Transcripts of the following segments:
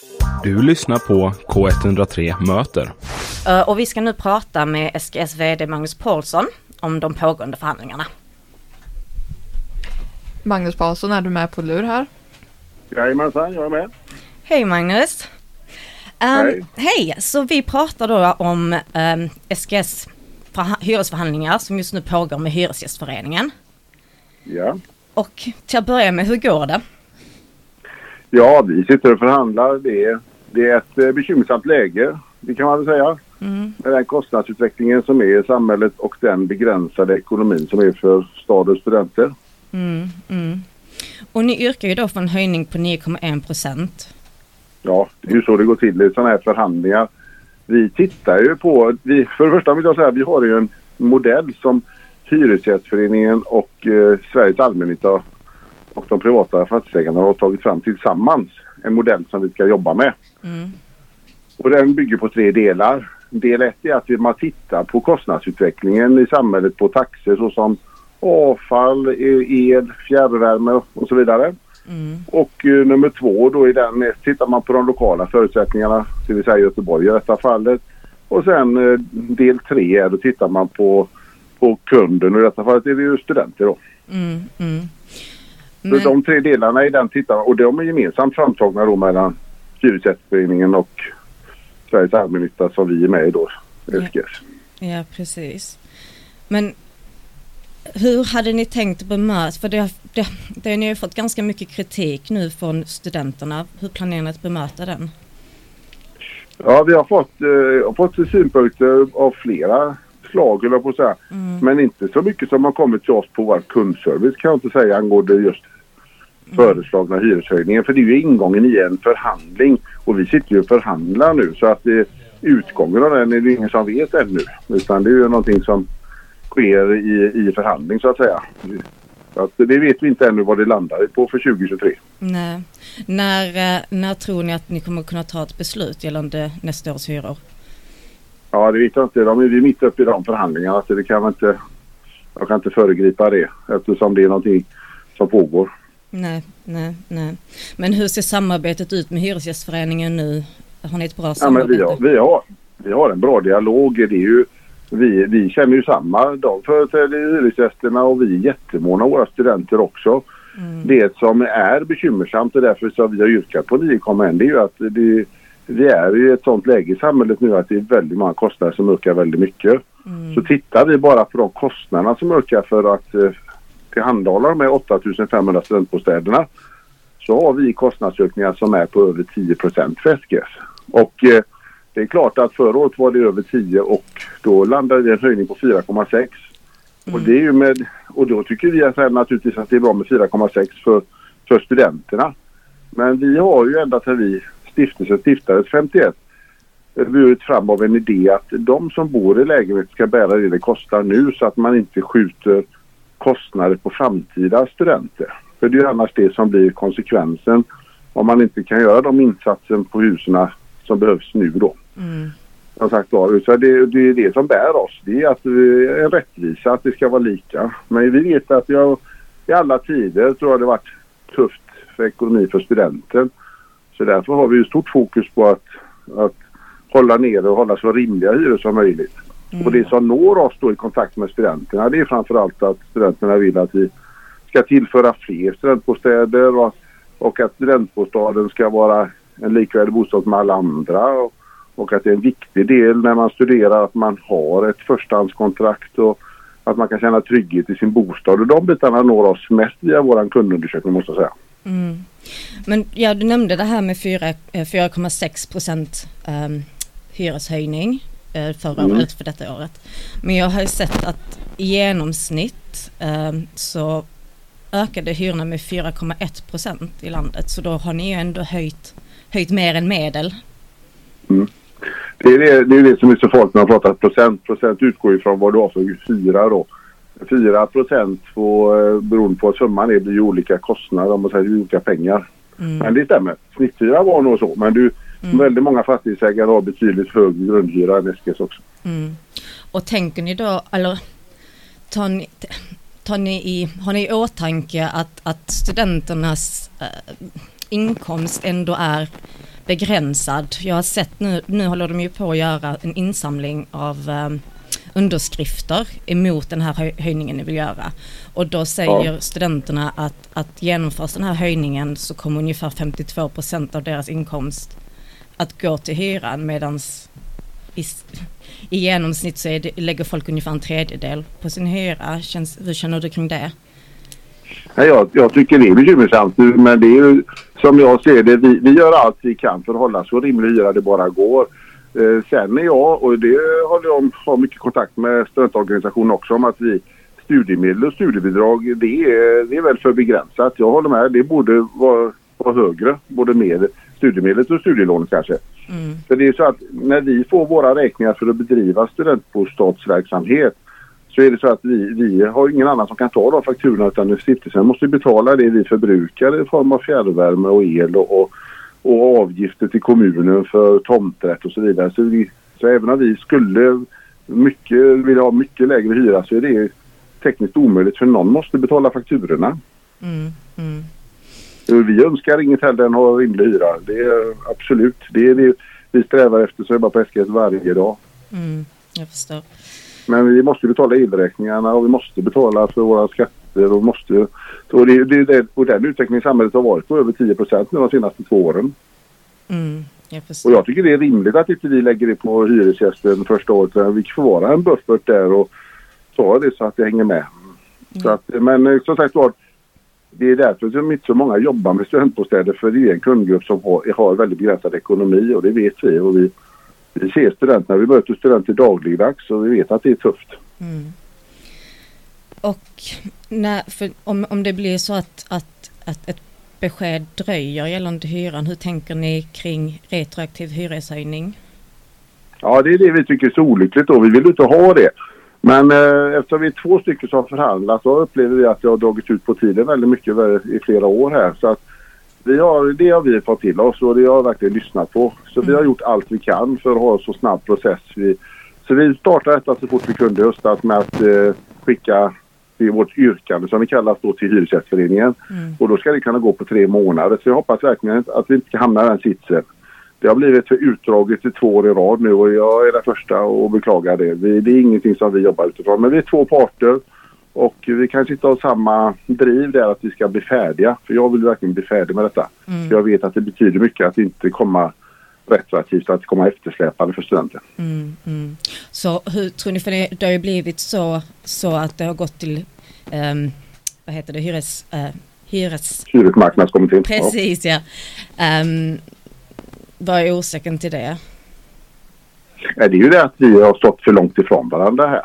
Du lyssnar på K103 Möter. Och vi ska nu prata med SGS vd Magnus Paulsson om de pågående förhandlingarna. Magnus Paulsson, är du med på lur här? Jajamensan, jag är med. Hej Magnus. Hej, så vi pratar då om SGS hyresförhandlingar som just nu pågår med Hyresgästföreningen. Ja. Och till att börja med, hur går det? Ja, vi sitter och förhandlar. Det är ett bekymmersamt läge, det kan man väl säga. Med den kostnadsutvecklingen som är i samhället och den begränsade ekonomin som är för stad och studenter. Och ni yrkar ju då för en höjning på 9,1%. Ja, det är ju så det går till i sådana här förhandlingar. Vi tittar ju på, för det första vill jag säga, vi har ju en modell som Hyresgästföreningen och Sveriges allmännytta och de privata fastighetsägarna har tagit fram tillsammans. En modell som vi ska jobba med. Och den bygger på 3 delar. Del 1 är att man tittar på kostnadsutvecklingen i samhället på taxor såsom avfall, el, fjärrvärme och så vidare. Och nummer 2 då i den tittar man på de lokala förutsättningarna, det vill säga Göteborg i detta fallet. Och sen del 3 då tittar man på kunden, och i detta fallet är det ju studenter då. Så de 3 delarna i den tittar, och de är gemensamt framtagna då mellan Hyresgästföreningen och Sveriges allmännytta som vi är med i då, SGS. Ja, precis. Men hur hade ni tänkt bemöta, för ni har ju fått ganska mycket kritik nu från studenterna. Hur planerar ni att bemöta den? Ja, vi har fått synpunkter av flera slag, eller på att säga. Men inte så mycket som har kommit till oss på vår kundservice, kan jag inte säga, angående just föreslagna hyreshöjningen. För det är ju ingången i en förhandling, och vi sitter ju och förhandlar nu, så att utgången av den är det ingen som vet ännu, utan det är ju någonting som sker i förhandling så att säga. Så att det vet vi inte ännu vad det landar på för 2023. Nej. När tror ni att ni kommer kunna ta ett beslut gällande nästa års hyror? Ja, det vet jag inte. Vi är mitt uppe i de förhandlingarna, så jag kan inte föregripa det eftersom det är någonting som pågår. Nej. Men hur ser samarbetet ut med Hyresgästföreningen nu? Har ni ett bra samarbete? Ja, men vi har en bra dialog. Det är ju, vi känner ju samma. De företräder hyresgästerna och vi är jättemåna våra studenter också. Det som är bekymmersamt, och därför så vi har yrkat på 9,1, det är ju att vi är i ett sånt läge i samhället nu att det är väldigt många kostnader som ökar väldigt mycket. Så tittar vi bara på de kostnaderna som ökar för att tillhandahålla de här 8500 studentbostäderna, så har vi kostnadsökningar som är på över 10% för SGS. Och det är klart att förra året var det över 10 och då landade det en höjning på 4,6. Och det är ju och då tycker vi att naturligtvis att det är bra med 4,6 för studenterna. Men vi har ju ända sedan vi stiftades 51 burit fram av en idé att de som bor i lägenhet ska bära det kostar nu, så att man inte skjuter kostnader på framtida studenter. För det är ju annars det som blir konsekvensen om man inte kan göra de insatser på husen som behövs nu då. Som sagt var, så det är det som bär oss. Det är att en rättvisa, att det ska vara lika. Men vi vet att i alla tider tror jag det har varit tufft för ekonomi för studenten. Så därför har vi ju stort fokus på att hålla ner och hålla så rimliga hyror som möjligt. Och det som når oss då i kontakt med studenterna, det är framförallt att studenterna vill att vi ska tillföra fler studentbostäder och att studentbostaden ska vara en likvärdig bostad med alla andra, och att det är en viktig del när man studerar att man har ett förstahandskontrakt och att man kan känna trygghet i sin bostad. Och de bitarna når oss mest via våran kundundersökning, måste jag säga. Men ja, du nämnde det här med 4,6% hyreshöjning förra året för detta året. Men jag har ju sett att i genomsnitt så ökade hyrorna med 4,1% i landet. Så då har ni ju ändå höjt mer än medel. Det är det som är så folk när man pratar procent. Procent utgår ifrån vad du har för hyra då. 4% beroende på summan blir ju olika kostnader, om man säger olika pengar. Men det stämmer. Snitthyra var nog så. Men väldigt många fastighetsägare har betydligt högre grundhyra än SGS också. Och tänker ni då, eller har ni i åtanke att studenternas inkomst ändå är begränsad. Jag har sett nu håller de ju på att göra en insamling av underskrifter emot den här höjningen ni vill göra. Och då säger studenterna att genomförs den här höjningen så kommer ungefär 52% av deras inkomst att gå till hyran, medan i genomsnitt så lägger folk ungefär en tredjedel på sin hyra. Hur känner du kring det? Jag tycker det är bekymmersamt, men det är ju som jag ser det, vi gör allt vi kan för att hålla så rimlig hyra det bara går. Sen är jag, och det har mycket kontakt med studentorganisationen också, om att studiemedel och studiebidrag, det är väl för begränsat. Jag håller med, det borde vara högre, både med studiemedlet och studielånet kanske. För det är så att när vi får våra räkningar för att bedriva studentbostadsverksamhet, så är det så att vi har ingen annan som kan ta de fakturorna, utan stiftelsen måste betala det vi förbrukar i form av fjärrvärme och el och avgifter till kommunen för tomträtt och så vidare. Så även om vi skulle vilja ha mycket lägre hyra, så är det tekniskt omöjligt, för någon måste betala fakturorna. Vi önskar inget heller än att ha rimlig hyra. Det är absolut. Det är det vi strävar efter, så är det bara på SKS varje dag. Jag förstår. Men vi måste betala elräkningarna och vi måste betala för våra skatter och den utvecklingen i samhället har varit på över 10% de senaste 2 åren. Jag förstår. Och jag tycker det är rimligt att inte vi lägger det på hyresgästen första året. Vi får vara en buffert där och ta det så att det hänger med. Så att, men som sagt var, det är därför som inte så många jobbar med studentbostäder, för det är en kundgrupp som har väldigt begränsad ekonomi, och det vet vi. Och vi ser studenterna, vi möter studenter dagligdags, och vi vet att det är tufft. Och om det blir så att ett besked dröjer gällande hyran, hur tänker ni kring retroaktiv hyreshöjning? Ja, det är det vi tycker är så olyckligt, och vi vill inte ha det. Men eftersom vi är 2 stycken som har förhandlat, så upplever vi att det har dragit ut på tiden väldigt mycket i flera år här. Så att det har vi fått till oss, och det har jag verkligen lyssnat på. Så vi har gjort allt vi kan för att ha så snabb process. Så vi startade detta så fort vi kunde höstas med att skicka vårt yrkande, som vi kallas då, till Hyresgästföreningen. Och då ska det kunna gå på 3 månader. Så jag hoppas verkligen att vi inte ska hamna i den sitsen. Det har blivit för utdraget i 2 år i rad nu, och jag är den första och beklagar det. Det är ingenting som vi jobbar utifrån. Men vi är 2 parter, och vi kanske inte har samma driv där att vi ska bli färdiga. För jag vill verkligen bli färdig med detta. För jag vet att det betyder mycket att inte komma retroaktivt, att komma eftersläpande för studenter. Så hur tror ni, för det har ju blivit så att det har gått till hyresmarknadskommittén. Precis, ja. Vad är orsaken till det? Det är ju det att vi har stått för långt ifrån varandra här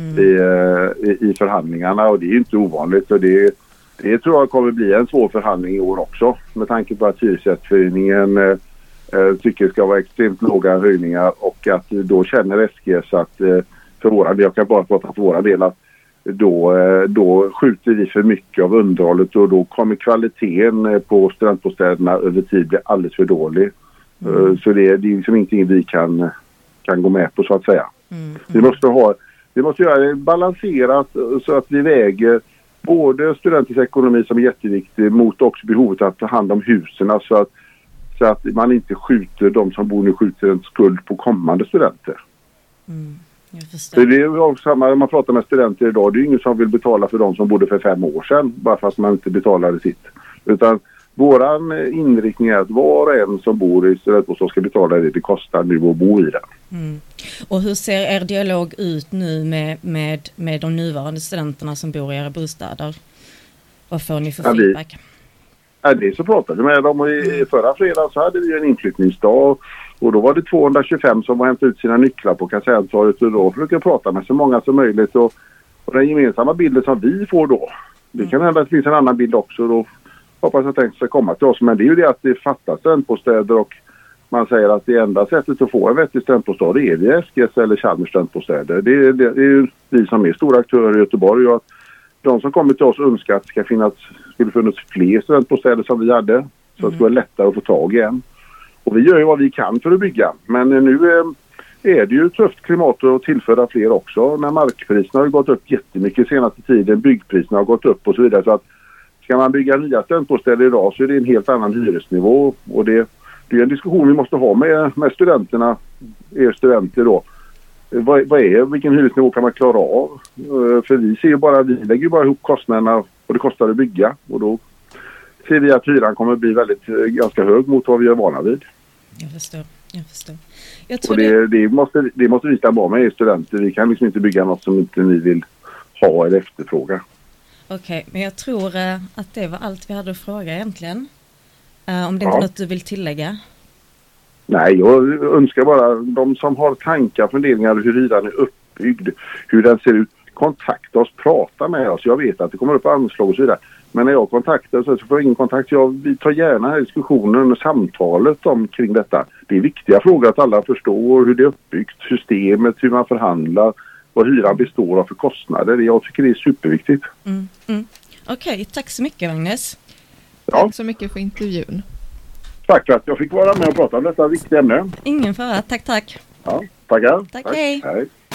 i förhandlingarna, och det är ju inte ovanligt, och det tror jag kommer bli en svår förhandling i år också, med tanke på att Hyresgästföreningen tycker det ska vara extremt låga höjningar, och att då känner SGS att för våra del, jag kan bara prata för våra del, att då skjuter vi för mycket av underhållet, och då kommer kvaliteten på studentbostäderna över tid bli alldeles för dålig. Så det är liksom ingenting vi kan gå med på, så att säga. Vi måste göra det balanserat, så att vi väger både studenters ekonomi, som är jätteviktig, mot också behovet att ta hand om husen, så att man inte skjuter de som bor nu, skjuter en skuld på kommande studenter. Så det är också samma när man pratar med studenter idag. Det är ingen som vill betala för de som bodde för 5 år sedan, bara för att man inte betalade sitt. Utan våran inriktning är att var och en som bor i studentbostad ska betala det kostar nu att bo i den. Och hur ser er dialog ut nu med de nuvarande studenterna som bor i era bostäder? Vad får ni för feedback? Det så pratade vi med dem, och i förra fredag så hade vi en inflyttningsdag, och då var det 225 som var hämtat ut sina nycklar på kaserntorget, och då försöker prata med så många som möjligt, och den gemensamma bilden som vi får då, det kan hända att det finns en annan bild också, och då hoppas att den ska komma till oss. Men det är ju det att det fattas studentbostäder, och man säger att det enda sättet att få en vettig studentbostad, det är via SGS eller Chalmers studentbostäder. Det är ju vi som är stora aktörer i Göteborg, och att de som kommer till oss önskar att det skulle funnits fler studentbostäder som vi hade, så att det skulle vara lättare att få tag i en. Och vi gör ju vad vi kan för att bygga. Men nu är det ju tufft klimat att tillföra fler också. När markpriserna har gått upp jättemycket senaste tiden, byggpriserna har gått upp och så vidare. Så att ska man bygga nya studentbostäder idag, så är det en helt annan hyresnivå. Och det det är en diskussion vi måste ha med studenterna, studenter då. Vilken hyresnivå kan man klara av? För vi lägger ju bara ihop kostnaderna och det kostar att bygga. Och då ser vi att hyran kommer bli ganska hög mot vad vi är vana vid. Jag förstår. Och det måste vi stämma med studenter. Vi kan liksom inte bygga något som inte ni vill ha eller efterfråga. Okej, men jag tror att det var allt vi hade att fråga egentligen. Om det inte är något du vill tillägga? Nej, jag önskar bara de som har tankar, funderingar hur hyran är uppbyggd, hur den ser ut, kontakta oss, prata med oss. Jag vet att det kommer upp anslag och så vidare. Men när jag kontaktar så får jag ingen kontakt. Vi tar gärna här diskussionen och samtalet kring detta. Det är viktiga frågor att alla förstår hur det är uppbyggt, systemet, hur man förhandlar, vad hyran består av för kostnader. Jag tycker det är superviktigt. Okej, tack så mycket Magnus. Ja. Tack så mycket för intervjun. Tack för att jag fick vara med och prata om detta viktiga ämne. Ingen fara, tack. Ja, tackar. Tack. Hej.